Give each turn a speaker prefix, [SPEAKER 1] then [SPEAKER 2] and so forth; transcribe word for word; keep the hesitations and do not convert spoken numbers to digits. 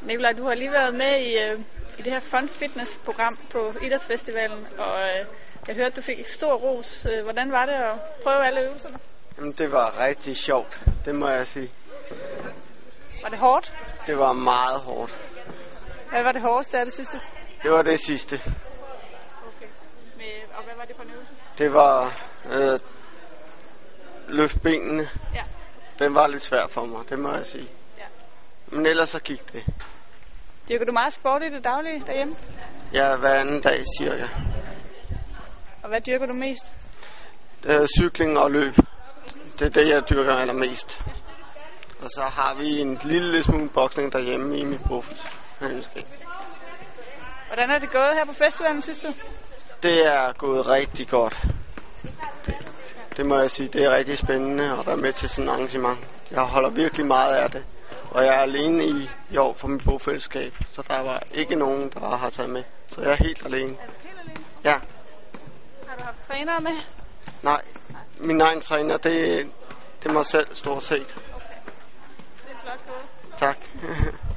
[SPEAKER 1] Nikolaj, du har lige været med i, øh, i det her Fun Fitness program på Idrætsfestivalen, og øh, jeg hørte, du fik et stor ros. Hvordan var det at prøve alle øvelserne?
[SPEAKER 2] Jamen, det var rigtig sjovt, det må jeg sige.
[SPEAKER 1] Var det hårdt?
[SPEAKER 2] Det var meget hårdt.
[SPEAKER 1] Hvad var det hårdeste af det, synes du?
[SPEAKER 2] Det var det sidste.
[SPEAKER 1] Okay. Med, og hvad var det for en øvelse?
[SPEAKER 2] Det var øh, løft benene.
[SPEAKER 1] Ja.
[SPEAKER 2] Den var lidt svær for mig, det må jeg sige.
[SPEAKER 1] Ja.
[SPEAKER 2] Men ellers så gik det.
[SPEAKER 1] Dyrker du meget sport i det daglige derhjemme?
[SPEAKER 2] Ja, hver anden dag cirka.
[SPEAKER 1] Og hvad dyrker du mest?
[SPEAKER 2] Øh, cykling og løb. Det er det, jeg dyrker allermest. Og så har vi en lille smule boksning derhjemme i mit bofællesskab.
[SPEAKER 1] Hvordan er det gået her på festivalen, synes du?
[SPEAKER 2] Det er gået rigtig godt. Det, det må jeg sige, det er rigtig spændende at være med til sådan et arrangement. Jeg holder virkelig meget af det. Og jeg er alene i, i år for mit bofællesskab, så der var ikke nogen, der har taget med. Så jeg er helt alene.
[SPEAKER 1] Er du helt alene?
[SPEAKER 2] Ja.
[SPEAKER 1] Har du haft trænere med?
[SPEAKER 2] Nej, min egen træner, det, det er mig selv stort set.
[SPEAKER 1] Okay. Det er flot gået.
[SPEAKER 2] Tak.